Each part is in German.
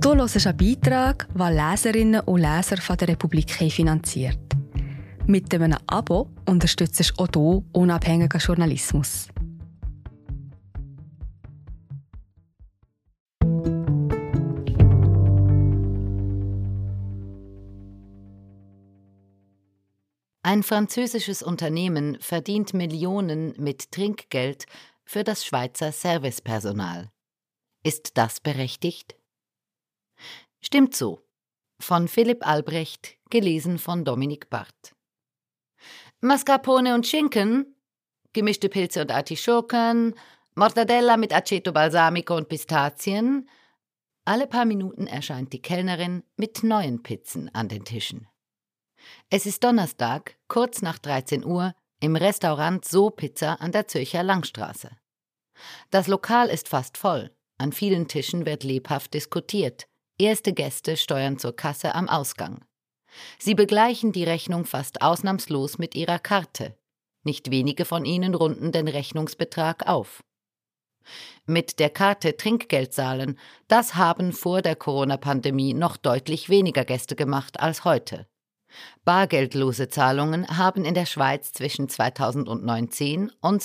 Du hörst einen Beitrag, den Leserinnen und Leser von der Republik finanziert. Mit einem Abo unterstützt auch du unabhängigen Journalismus. Ein französisches Unternehmen verdient Millionen mit Trinkgeld für das Schweizer Servicepersonal. Ist das berechtigt? Stimmt so. Von Philipp Albrecht, gelesen von Dominik Barth. Mascarpone und Schinken, gemischte Pilze und Artischoken, Mortadella mit Aceto Balsamico und Pistazien. Alle paar Minuten erscheint die Kellnerin mit neuen Pizzen an den Tischen. Es ist Donnerstag, kurz nach 13 Uhr, im Restaurant So Pizza an der Zürcher Langstraße. Das Lokal ist fast voll. An vielen Tischen wird lebhaft diskutiert. Erste Gäste steuern zur Kasse am Ausgang. Sie begleichen die Rechnung fast ausnahmslos mit ihrer Karte. Nicht wenige von ihnen runden den Rechnungsbetrag auf. Mit der Karte Trinkgeld zahlen, das haben vor der Corona-Pandemie noch deutlich weniger Gäste gemacht als heute. Bargeldlose Zahlungen haben in der Schweiz zwischen 2019 und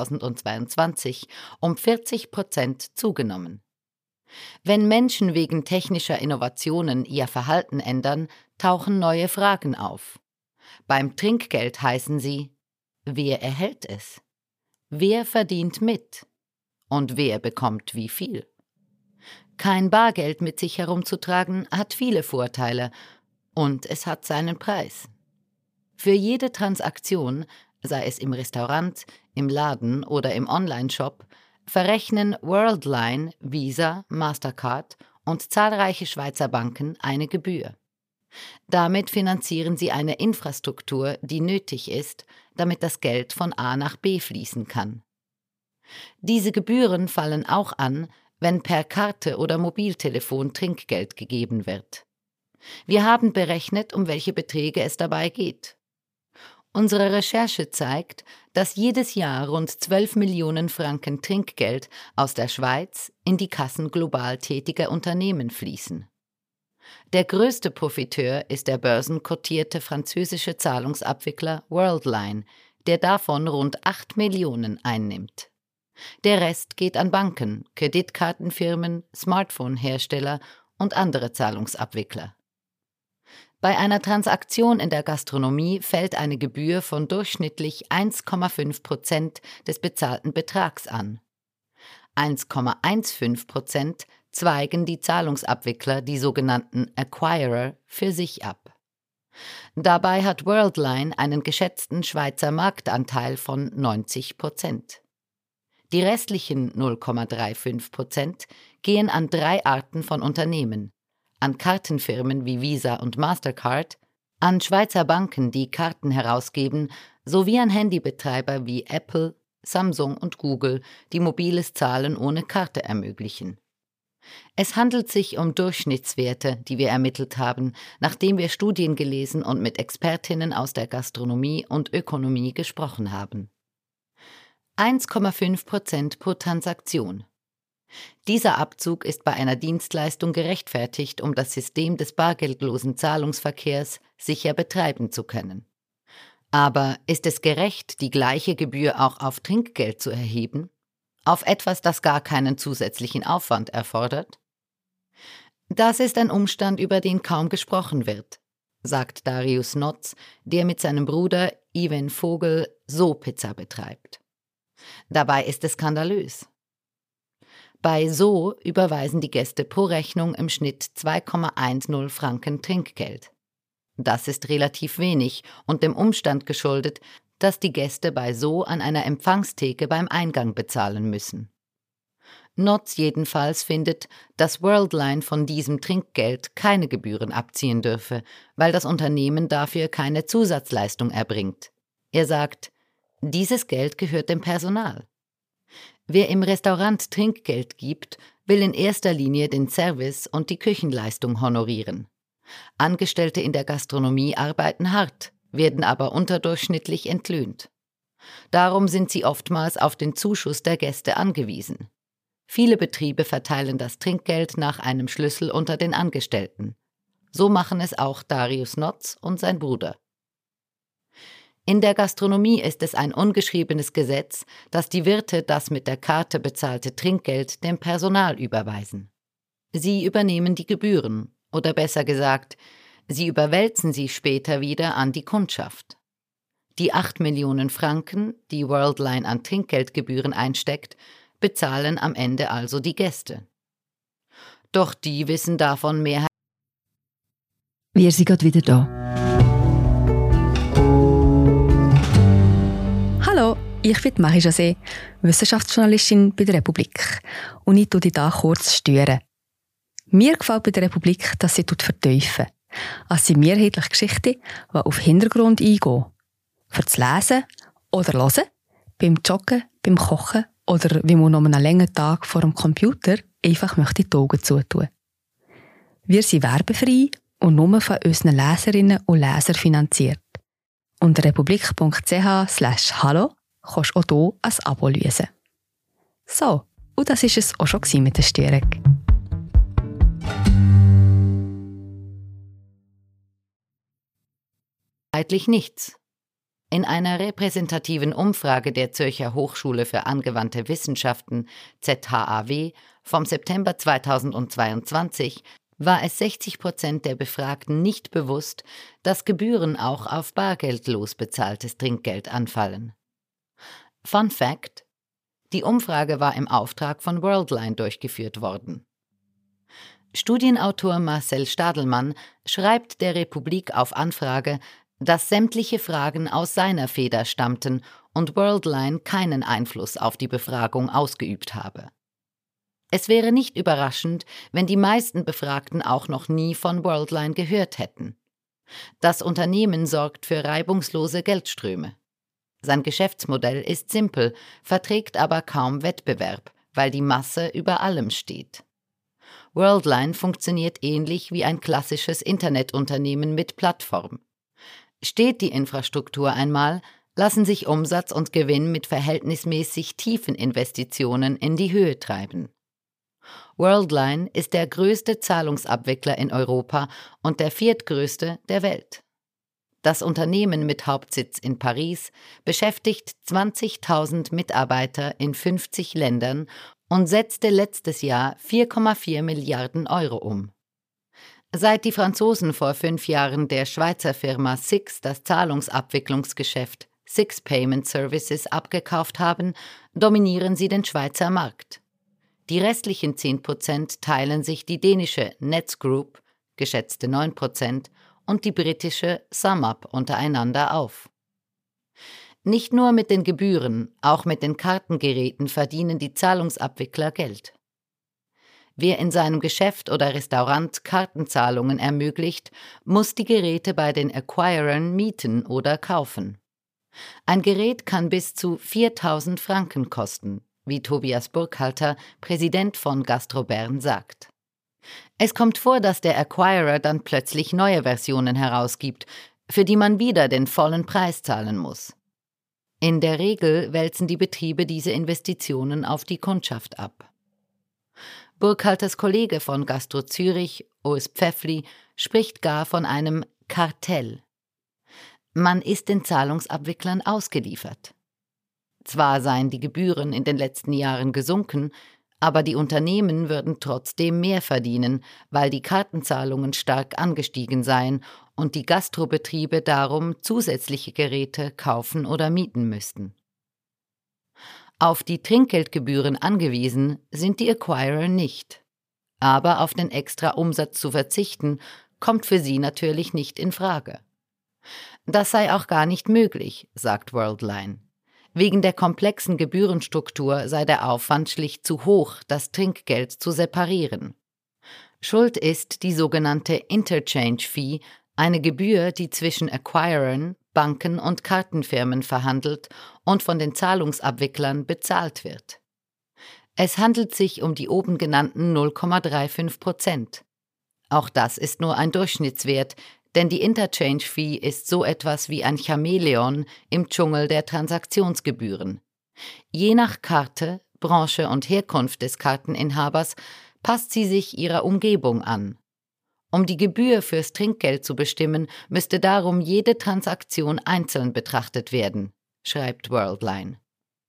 2022 um 40% zugenommen. Wenn Menschen wegen technischer Innovationen ihr Verhalten ändern, tauchen neue Fragen auf. Beim Trinkgeld heißen sie: Wer erhält es? Wer verdient mit? Und wer bekommt wie viel? Kein Bargeld mit sich herumzutragen hat viele Vorteile, und es hat seinen Preis. Für jede Transaktion, sei es im Restaurant, im Laden oder im Onlineshop, verrechnen Worldline, Visa, Mastercard und zahlreiche Schweizer Banken eine Gebühr. Damit finanzieren sie eine Infrastruktur, die nötig ist, damit das Geld von A nach B fließen kann. Diese Gebühren fallen auch an, wenn per Karte oder Mobiltelefon Trinkgeld gegeben wird. Wir haben berechnet, um welche Beträge es dabei geht. Unsere Recherche zeigt, dass jedes Jahr rund 12 Millionen Franken Trinkgeld aus der Schweiz in die Kassen global tätiger Unternehmen fließen. Der größte Profiteur ist der börsenkotierte französische Zahlungsabwickler Worldline, der davon rund 8 Millionen einnimmt. Der Rest geht an Banken, Kreditkartenfirmen, Smartphone-Hersteller und andere Zahlungsabwickler. Bei einer Transaktion in der Gastronomie fällt eine Gebühr von durchschnittlich 1,5% des bezahlten Betrags an. 1,15% zweigen die Zahlungsabwickler, die sogenannten Acquirer, für sich ab. Dabei hat Worldline einen geschätzten Schweizer Marktanteil von 90%. Die restlichen 0,35% gehen an 3 Arten von Unternehmen: an Kartenfirmen wie Visa und Mastercard, an Schweizer Banken, die Karten herausgeben, sowie an Handybetreiber wie Apple, Samsung und Google, die mobiles Zahlen ohne Karte ermöglichen. Es handelt sich um Durchschnittswerte, die wir ermittelt haben, nachdem wir Studien gelesen und mit Expertinnen aus der Gastronomie und Ökonomie gesprochen haben. 1,5% pro Transaktion. Dieser Abzug ist bei einer Dienstleistung gerechtfertigt, um das System des bargeldlosen Zahlungsverkehrs sicher betreiben zu können. Aber ist es gerecht, die gleiche Gebühr auch auf Trinkgeld zu erheben? Auf etwas, das gar keinen zusätzlichen Aufwand erfordert? Das ist ein Umstand, über den kaum gesprochen wird, sagt Darius Notz, der mit seinem Bruder Iven Vogel So Pizza betreibt. Dabei ist es skandalös. Bei So überweisen die Gäste pro Rechnung im Schnitt 2,10 Franken Trinkgeld. Das ist relativ wenig und dem Umstand geschuldet, dass die Gäste bei So an einer Empfangstheke beim Eingang bezahlen müssen. Notz jedenfalls findet, dass Worldline von diesem Trinkgeld keine Gebühren abziehen dürfe, weil das Unternehmen dafür keine Zusatzleistung erbringt. Er sagt: Dieses Geld gehört dem Personal. Wer im Restaurant Trinkgeld gibt, will in erster Linie den Service und die Küchenleistung honorieren. Angestellte in der Gastronomie arbeiten hart, werden aber unterdurchschnittlich entlöhnt. Darum sind sie oftmals auf den Zuschuss der Gäste angewiesen. Viele Betriebe verteilen das Trinkgeld nach einem Schlüssel unter den Angestellten. So machen es auch Darius Notz und sein Bruder. In der Gastronomie ist es ein ungeschriebenes Gesetz, dass die Wirte das mit der Karte bezahlte Trinkgeld dem Personal überweisen. Sie übernehmen die Gebühren, oder besser gesagt, sie überwälzen sie später wieder an die Kundschaft. Die 8 Millionen Franken, die Worldline an Trinkgeldgebühren einsteckt, bezahlen am Ende also die Gäste. Doch die wissen davon mehr. Wir sind gerade wieder da. Hallo, ich bin Marie José, Wissenschaftsjournalistin bei der Republik. Und ich tue dich hier kurz stören. Mir gefällt bei der Republik, dass sie vertiefen. Es sind mehrheitlich Geschichten, die auf Hintergrund eingehen. Fürs Lesen oder Hören, beim Joggen, beim Kochen oder wie man nach einem langen Tag vor dem Computer einfach möchte die Augen zutun. Wir sind werbefrei und nur von unseren Leserinnen und Lesern finanziert. Unter republik.ch/hallo kannst du auch hier ein Abo lösen. So, und das war es auch schon mit der Störung. Eigentlich nichts. In einer repräsentativen Umfrage der Zürcher Hochschule für angewandte Wissenschaften ZHAW vom September 2022 war es 60% der Befragten nicht bewusst, dass Gebühren auch auf bargeldlos bezahltes Trinkgeld anfallen. Fun Fact: Die Umfrage war im Auftrag von Worldline durchgeführt worden. Studienautor Marcel Stadelmann schreibt der Republik auf Anfrage, dass sämtliche Fragen aus seiner Feder stammten und Worldline keinen Einfluss auf die Befragung ausgeübt habe. Es wäre nicht überraschend, wenn die meisten Befragten auch noch nie von Worldline gehört hätten. Das Unternehmen sorgt für reibungslose Geldströme. Sein Geschäftsmodell ist simpel, verträgt aber kaum Wettbewerb, weil die Masse über allem steht. Worldline funktioniert ähnlich wie ein klassisches Internetunternehmen mit Plattform. Steht die Infrastruktur einmal, lassen sich Umsatz und Gewinn mit verhältnismäßig tiefen Investitionen in die Höhe treiben. Worldline ist der größte Zahlungsabwickler in Europa und der viertgrößte der Welt. Das Unternehmen mit Hauptsitz in Paris beschäftigt 20.000 Mitarbeiter in 50 Ländern und setzte letztes Jahr 4,4 Milliarden Euro um. Seit die Franzosen vor 5 Jahren der Schweizer Firma Six das Zahlungsabwicklungsgeschäft Six Payment Services abgekauft haben, dominieren sie den Schweizer Markt. Die restlichen 10% teilen sich die dänische Nets Group, geschätzte 9%, und die britische SumUp untereinander auf. Nicht nur mit den Gebühren, auch mit den Kartengeräten verdienen die Zahlungsabwickler Geld. Wer in seinem Geschäft oder Restaurant Kartenzahlungen ermöglicht, muss die Geräte bei den Acquirern mieten oder kaufen. Ein Gerät kann bis zu 4.000 Franken kosten, wie Tobias Burkhalter, Präsident von GastroBern, sagt. Es kommt vor, dass der Acquirer dann plötzlich neue Versionen herausgibt, für die man wieder den vollen Preis zahlen muss. In der Regel wälzen die Betriebe diese Investitionen auf die Kundschaft ab. Burkhalters Kollege von Gastro Zürich, Urs Pfeffli, spricht gar von einem Kartell. Man ist den Zahlungsabwicklern ausgeliefert. Zwar seien die Gebühren in den letzten Jahren gesunken, aber die Unternehmen würden trotzdem mehr verdienen, weil die Kartenzahlungen stark angestiegen seien und die Gastrobetriebe darum zusätzliche Geräte kaufen oder mieten müssten. Auf die Trinkgeldgebühren angewiesen sind die Acquirer nicht. Aber auf den extra Umsatz zu verzichten, kommt für sie natürlich nicht in Frage. Das sei auch gar nicht möglich, sagt Worldline. Wegen der komplexen Gebührenstruktur sei der Aufwand schlicht zu hoch, das Trinkgeld zu separieren. Schuld ist die sogenannte Interchange Fee, eine Gebühr, die zwischen Acquirern, Banken und Kartenfirmen verhandelt und von den Zahlungsabwicklern bezahlt wird. Es handelt sich um die oben genannten 0,35%. Auch das ist nur ein Durchschnittswert, denn die Interchange Fee ist so etwas wie ein Chamäleon im Dschungel der Transaktionsgebühren. Je nach Karte, Branche und Herkunft des Karteninhabers passt sie sich ihrer Umgebung an. Um die Gebühr fürs Trinkgeld zu bestimmen, müsste darum jede Transaktion einzeln betrachtet werden, schreibt Worldline.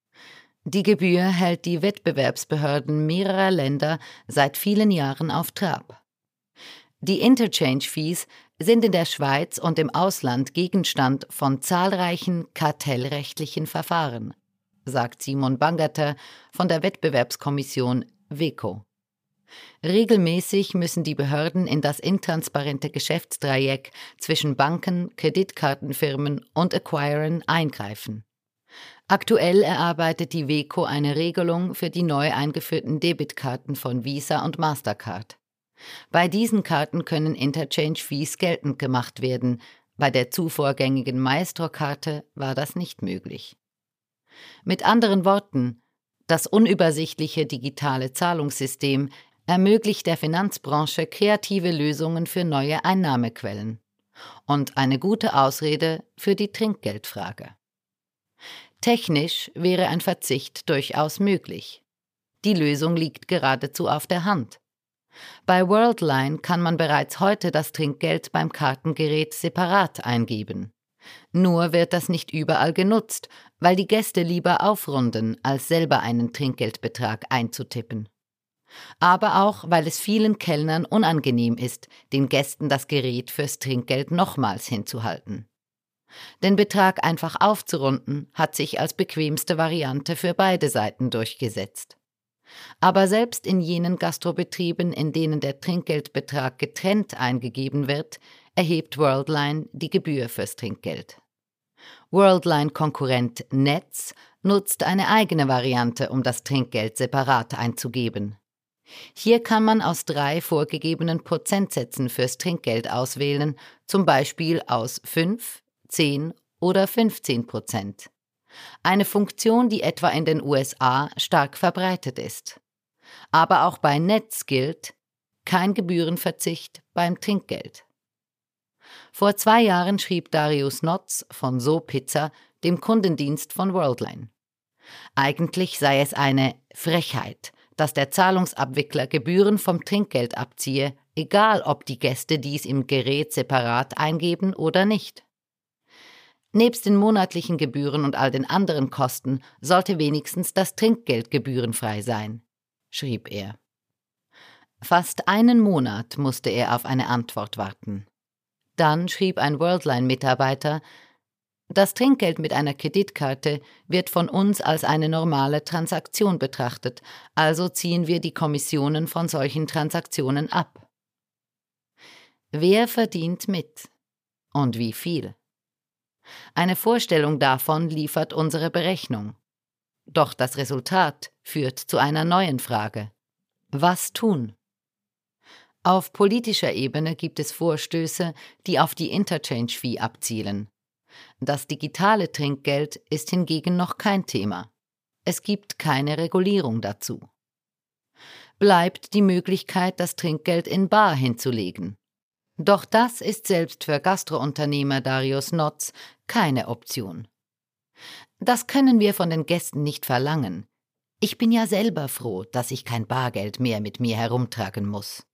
Die Gebühr hält die Wettbewerbsbehörden mehrerer Länder seit vielen Jahren auf Trab. Die Interchange-Fees sind in der Schweiz und im Ausland Gegenstand von zahlreichen kartellrechtlichen Verfahren, sagt Simon Bangerter von der Wettbewerbskommission WEKO. Regelmäßig müssen die Behörden in das intransparente Geschäftsdreieck zwischen Banken, Kreditkartenfirmen und Acquirern eingreifen. Aktuell erarbeitet die WEKO eine Regelung für die neu eingeführten Debitkarten von Visa und Mastercard. Bei diesen Karten können Interchange-Fees geltend gemacht werden. Bei der zuvorgängigen Maestro-Karte war das nicht möglich. Mit anderen Worten, das unübersichtliche digitale Zahlungssystem ermöglicht der Finanzbranche kreative Lösungen für neue Einnahmequellen und eine gute Ausrede für die Trinkgeldfrage. Technisch wäre ein Verzicht durchaus möglich. Die Lösung liegt geradezu auf der Hand. Bei Worldline kann man bereits heute das Trinkgeld beim Kartengerät separat eingeben. Nur wird das nicht überall genutzt, weil die Gäste lieber aufrunden, als selber einen Trinkgeldbetrag einzutippen. Aber auch, weil es vielen Kellnern unangenehm ist, den Gästen das Gerät fürs Trinkgeld nochmals hinzuhalten. Den Betrag einfach aufzurunden, hat sich als bequemste Variante für beide Seiten durchgesetzt. Aber selbst in jenen Gastrobetrieben, in denen der Trinkgeldbetrag getrennt eingegeben wird, erhebt Worldline die Gebühr fürs Trinkgeld. Worldline-Konkurrent Netz nutzt eine eigene Variante, um das Trinkgeld separat einzugeben. Hier kann man aus 3 vorgegebenen Prozentsätzen fürs Trinkgeld auswählen, zum Beispiel aus 5, 10 oder 15%. Eine Funktion, die etwa in den USA stark verbreitet ist. Aber auch bei Netz gilt kein Gebührenverzicht beim Trinkgeld. Vor 2 Jahren schrieb Darius Notz von SoPizza dem Kundendienst von Worldline: Eigentlich sei es eine Frechheit, dass der Zahlungsabwickler Gebühren vom Trinkgeld abziehe, egal ob die Gäste dies im Gerät separat eingeben oder nicht. Nebst den monatlichen Gebühren und all den anderen Kosten sollte wenigstens das Trinkgeld gebührenfrei sein, schrieb er. Fast einen Monat musste er auf eine Antwort warten. Dann schrieb ein Worldline-Mitarbeiter: Das Trinkgeld mit einer Kreditkarte wird von uns als eine normale Transaktion betrachtet, also ziehen wir die Kommissionen von solchen Transaktionen ab. Wer verdient mit? Und wie viel? Eine Vorstellung davon liefert unsere Berechnung. Doch das Resultat führt zu einer neuen Frage: Was tun? Auf politischer Ebene gibt es Vorstöße, die auf die Interchange-Fee abzielen. Das digitale Trinkgeld ist hingegen noch kein Thema. Es gibt keine Regulierung dazu. Bleibt die Möglichkeit, das Trinkgeld in bar hinzulegen. Doch das ist selbst für Gastrounternehmer Darius Notz keine Option. Das können wir von den Gästen nicht verlangen. Ich bin ja selber froh, dass ich kein Bargeld mehr mit mir herumtragen muss.